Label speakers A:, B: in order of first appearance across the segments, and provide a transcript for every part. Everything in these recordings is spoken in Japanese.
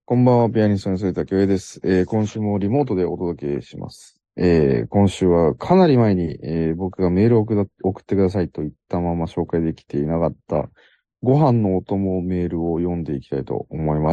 A: こんばんは、ピアニストの反田恭平です。今週もリモートでお届けします。今週はかなり前に、僕がメールを送ってくださいと言ったまま紹介できていなかったご飯のお供メールを読んでいきたいと思います。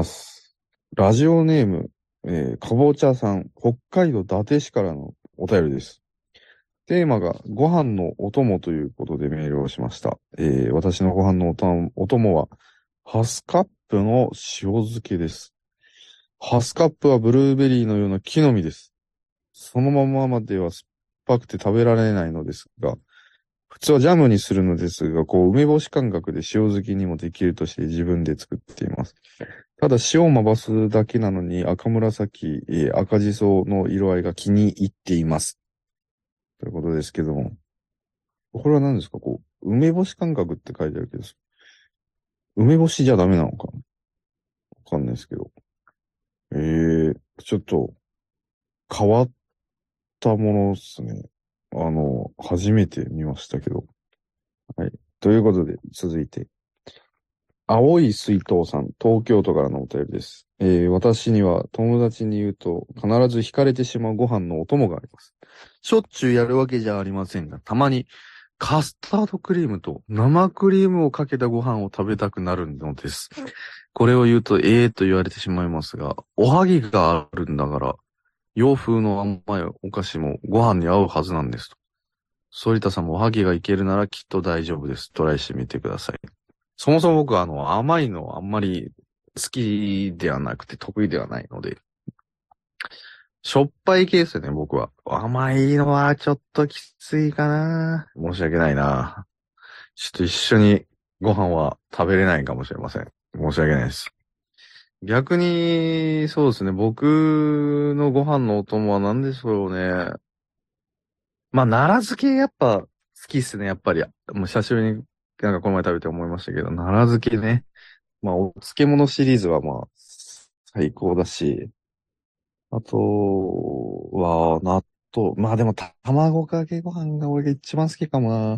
A: ラジオネーム、かぼちゃさん、北海道伊達市からのお便りです。テーマがご飯のお供ということでメールをしました。私のご飯のお供は、ハスカップの塩漬けです。ハスカップはブルーベリーのような木の実です。そのままでは酸っぱくて食べられないのですが、普通はジャムにするのですが、梅干し感覚で塩漬けにもできるとして自分で作っています。ただ塩をまばすだけなのに赤紫、赤じその色合いが気に入っています。ということですけども。これは何ですか？梅干し感覚って書いてあるけど、梅干しじゃダメなのかな？わかんないですけど。ちょっと変わったものですね。初めて見ましたけど。はい。ということで、続いて。青い水筒さん、東京都からのお便りです。私には友達に言うと必ず惹かれてしまうご飯のお供があります。しょっちゅうやるわけじゃありませんが、たまにカスタードクリームと生クリームをかけたご飯を食べたくなるのです。これを言うと、ええと言われてしまいますが、おはぎがあるんだから、洋風の甘いお菓子もご飯に合うはずなんですと。反田さんもおはぎがいけるならきっと大丈夫です。トライしてみてください。そもそも僕は甘いのあんまり好きではなくて得意ではないので、しょっぱい系ですよね、僕は。甘いのはちょっときついかな。申し訳ないな。ちょっと一緒にご飯は食べれないかもしれません。申し訳ないです。逆に、そうですね、僕のご飯のお供は何でしょうね。まあ、奈良漬けやっぱ好きっすね、やっぱり。もう久しぶりになんかこの前食べて思いましたけど、奈良漬けね。まあ、お漬物シリーズはまあ、最高だし、あとは、納豆。まあでも、卵かけご飯が俺が一番好きかもな。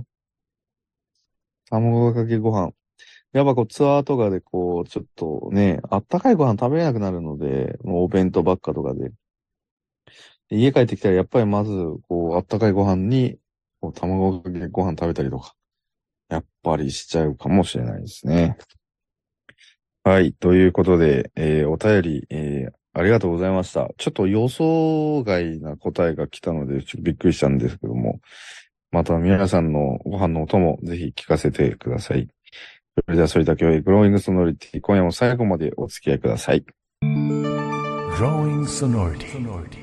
A: 卵かけご飯。やっぱツアーとかでちょっとね、あったかいご飯食べれなくなるので、もうお弁当ばっかとかで。で家帰ってきたらやっぱりまず、あったかいご飯に、卵かけご飯食べたりとか、やっぱりしちゃうかもしれないですね。はい。ということで、お便り、ありがとうございました。ちょっと予想外な答えが来たので、ちょっとびっくりしたんですけども、また皆さんのご飯のお供、ぜひ聞かせてください。それでは、それだけはグローイングソノリティ、今夜も最後までお付き合いください。
B: Growing Sonority.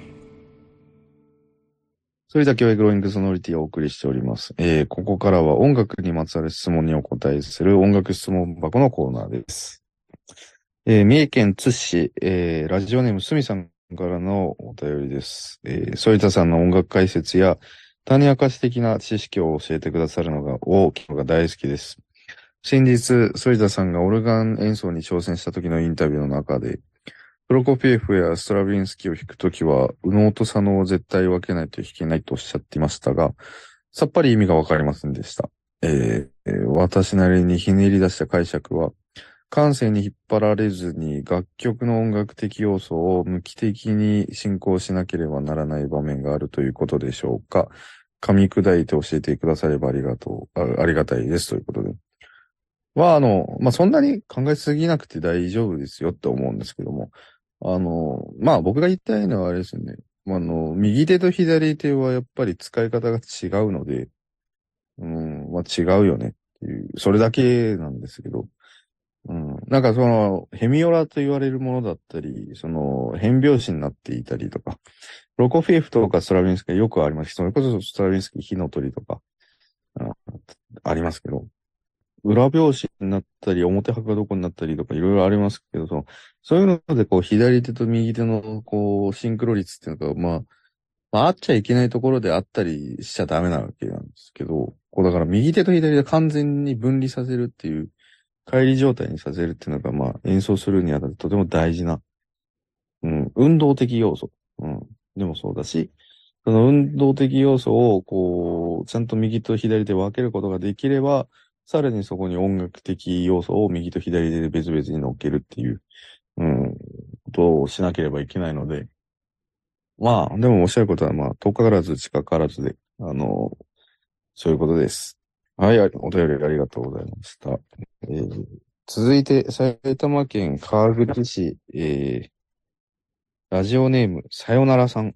A: それだけはグローイングソノリティをお送りしております。ここからは音楽にまつわる質問にお答えする音楽質問箱のコーナーです。三重県津市、ラジオネームすみさんからのお便りです。反田さんの音楽解説や種明かし的な知識を教えてくださるのが、聞くのが大好きです。先日、反田さんがオルガン演奏に挑戦した時のインタビューの中で、プロコピエフやストラヴィンスキーを弾くときは、右脳と左脳を絶対分けないと弾けないとおっしゃっていましたが、さっぱり意味がわかりませんでした。私なりにひねり出した解釈は、感性に引っ張られずに楽曲の音楽的要素を無機的に進行しなければならない場面があるということでしょうか。噛み砕いて教えてくださればありがたいですということで。そんなに考えすぎなくて大丈夫ですよって思うんですけども。僕が言いたいのはあれですよね。右手と左手はやっぱり使い方が違うので、違うよねっていう、それだけなんですけど。なんかヘミオラと言われるものだったり、変拍子になっていたりとか、ロコフィエフとかストラヴィンスキーよくあります。それこそストラヴィンスキー火の鳥とか、あありますけど、裏拍子になったり、表拍がどこになったりとかいろいろありますけど、そういうので左手と右手のシンクロ率っていうのが、あっちゃいけないところであったりしちゃダメなわけなんですけど、だから右手と左手完全に分離させるっていう、乖離状態にさせるっていうのが、演奏するにあたってとても大事な、運動的要素、でもそうだし、その運動的要素を、ちゃんと右と左で分けることができれば、さらにそこに音楽的要素を右と左で別々に乗っけるっていう、うん、 ことをしなければいけないので、まあ、でもおっしゃることは、まあ、遠からず近からずで、そういうことです。はい、お便りありがとうございました。続いて、埼玉県川口市、ラジオネーム、さよならさん。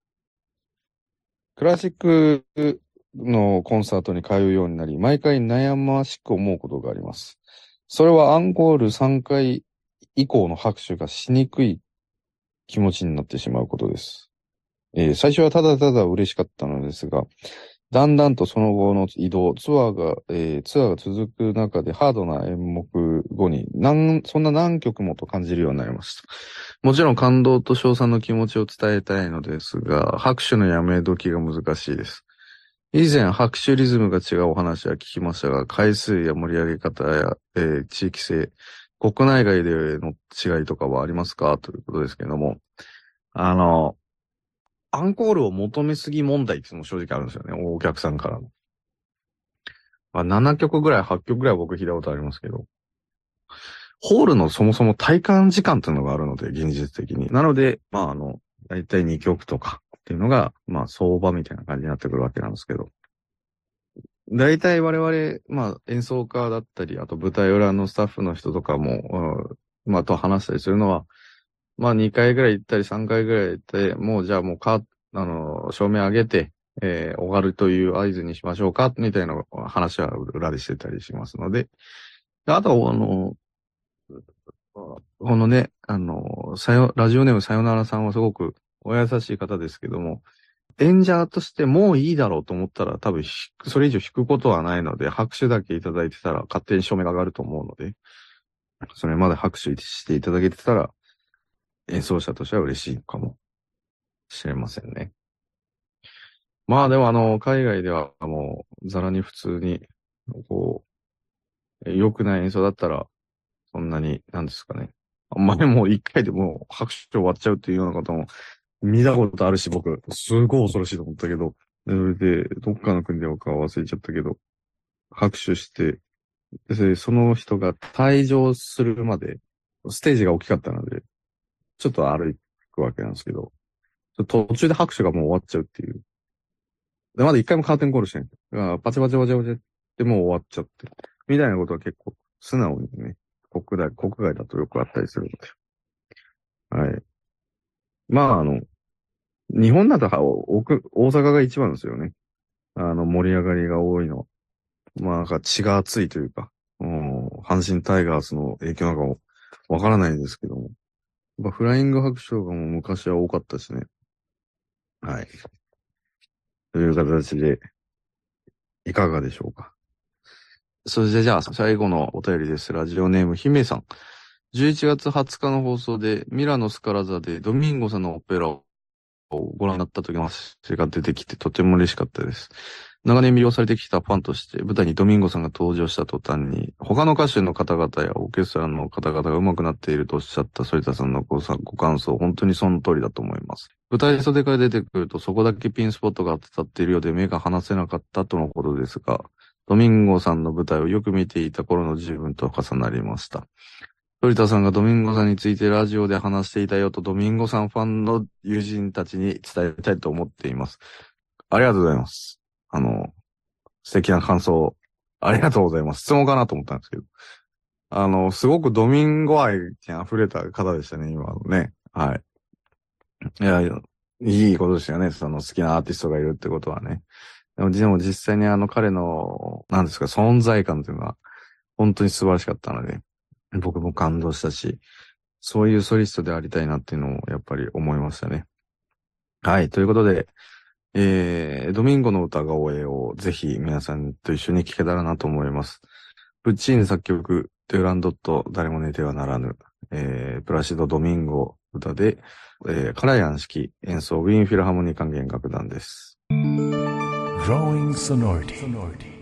A: クラシックのコンサートに通うようになり、毎回悩ましく思うことがあります。それはアンコール3回以降の拍手がしにくい気持ちになってしまうことです。最初はただただ嬉しかったのですが、だんだんとその後の移動、ツアーが続く中でハードな演目後に、そんな何曲もと感じるようになりました。もちろん感動と称賛の気持ちを伝えたいのですが、拍手のやめ時が難しいです。以前、拍手リズムが違うお話は聞きましたが、回数や盛り上げ方や、地域性、国内外での違いとかはありますかということですけれども、あの、アンコールを求めすぎ問題っていうのも正直あるんですよね。お客さんからの。まあ、7曲ぐらい、8曲ぐらい僕弾いたことありますけど、ホールのそもそも体感時間っていうのがあるので、現実的に。なので、まあ、だいたい2曲とかっていうのが、まあ、相場みたいな感じになってくるわけなんですけど、だいたい我々、まあ、演奏家だったり、あと舞台裏のスタッフの人とかも、まあ、と話したりするのは、まあ、2回ぐらい行ったり3回ぐらい行って、もうじゃあもう照明上げて、終わるという合図にしましょうか、みたいな話は裏でしてたりしますので、であと、このね、ラジオネームさよならさんはすごくお優しい方ですけども、演者としてもういいだろうと思ったら多分それ以上弾くことはないので、拍手だけいただいてたら勝手に照明が上がると思うので、それまで拍手していただけてたら演奏者としては嬉しいかもしれませんね。まあでも海外ではもうざらに普通に、こ良くない演奏だったら、そんなに、なんですかね。あんまりもう一回でもう拍手終わっちゃうっていうようなことも見たことあるし、僕、すごい恐ろしいと思ったけど、それで、どっかの国でか忘れちゃったけど、拍手して、で、その人が退場するまで、ステージが大きかったので、ちょっと歩くわけなんですけど、途中で拍手がもう終わっちゃうっていう。で、まだ一回もカーテンコールしてない。だからパチパチパチパチってもう終わっちゃって。みたいなことは結構素直にね、国外だとよくあったりするので。はい。まあ日本だと大阪が一番ですよね。盛り上がりが多いのは。まあなんか血が熱いというか、阪神タイガースの影響なんかもわからないんですけども。やっぱフライング白書がもう昔は多かったですね。はい。という形で、いかがでしょうか。そしてじゃあ最後のお便りです。ラジオネーム姫さん。11月20日の放送でミラノスカラ座でドミンゴさんのオペラをご覧になった時の話が出てきてとても嬉しかったです。長年魅了されてきたファンとして舞台にドミンゴさんが登場した途端に他の歌手の方々やオーケストラの方々が上手くなっているとおっしゃった反田さんのご感想、本当にその通りだと思います。舞台袖から出てくるとそこだけピンスポットが当たっているようで目が離せなかったとのことですが、ドミンゴさんの舞台をよく見ていた頃の自分と重なりました。反田さんがドミンゴさんについてラジオで話していたよとドミンゴさんファンの友人たちに伝えたいと思っています。ありがとうございます。素敵な感想、ありがとうございます。質問かなと思ったんですけど。すごくドミンゴ愛に溢れた方でしたね、今のね。はい。いや、いいことですよね。その好きなアーティストがいるってことはね。でも実際に彼の、なんですか、存在感というのは、本当に素晴らしかったので、僕も感動したし、そういうソリストでありたいなっていうのをやっぱり思いましたね。はい。ということで、ドミンゴの歌声をぜひ皆さんと一緒に聴けたらなと思います。プッチーニ作曲、デュランドット、誰も寝てはならぬ、プラシド・ドミンゴ歌で、カラヤン式演奏ウィーンフィルハーモニー管弦楽団です。
B: Growing Sonority